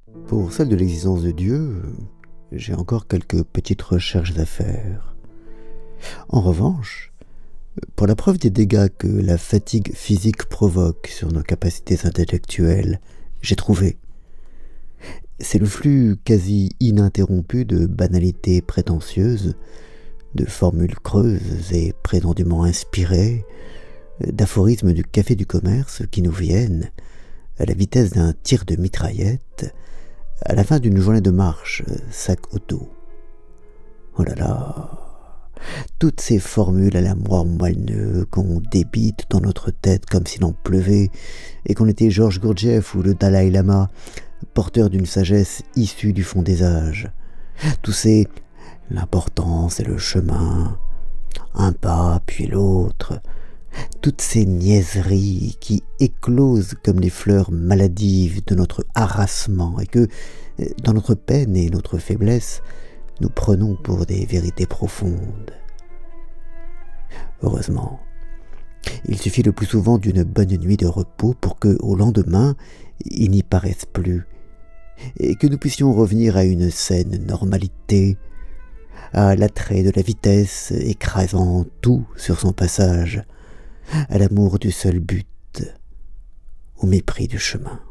Pour celle de l'existence de Dieu, j'ai encore quelques petites recherches à faire. En revanche, pour la preuve des dégâts que la fatigue physique provoque sur nos capacités intellectuelles, j'ai trouvé. C'est le flux quasi ininterrompu de banalités prétentieuses, de formules creuses et prétendument inspirées, d'aphorismes du café du commerce qui nous viennent, à la vitesse d'un tir de mitraillette, à la fin d'une journée de marche, sac au dos. Oh là là, toutes ces formules à la moelle qu'on débite dans notre tête comme s'il en pleuvait, et qu'on était Georges Gurdjieff ou le Dalai Lama, porteurs d'une sagesse issue du fond des âges. Tous ces l'importance et le chemin, un pas puis l'autre, toutes ces niaiseries qui éclosent comme les fleurs maladives de notre harassement et que, dans notre peine et notre faiblesse, nous prenons pour des vérités profondes. Heureusement, il suffit le plus souvent d'une bonne nuit de repos pour que, au lendemain, il n'y paraisse plus, et que nous puissions revenir à une saine normalité, à l'attrait de la vitesse écrasant tout sur son passage, à l'amour du seul but, au mépris du chemin.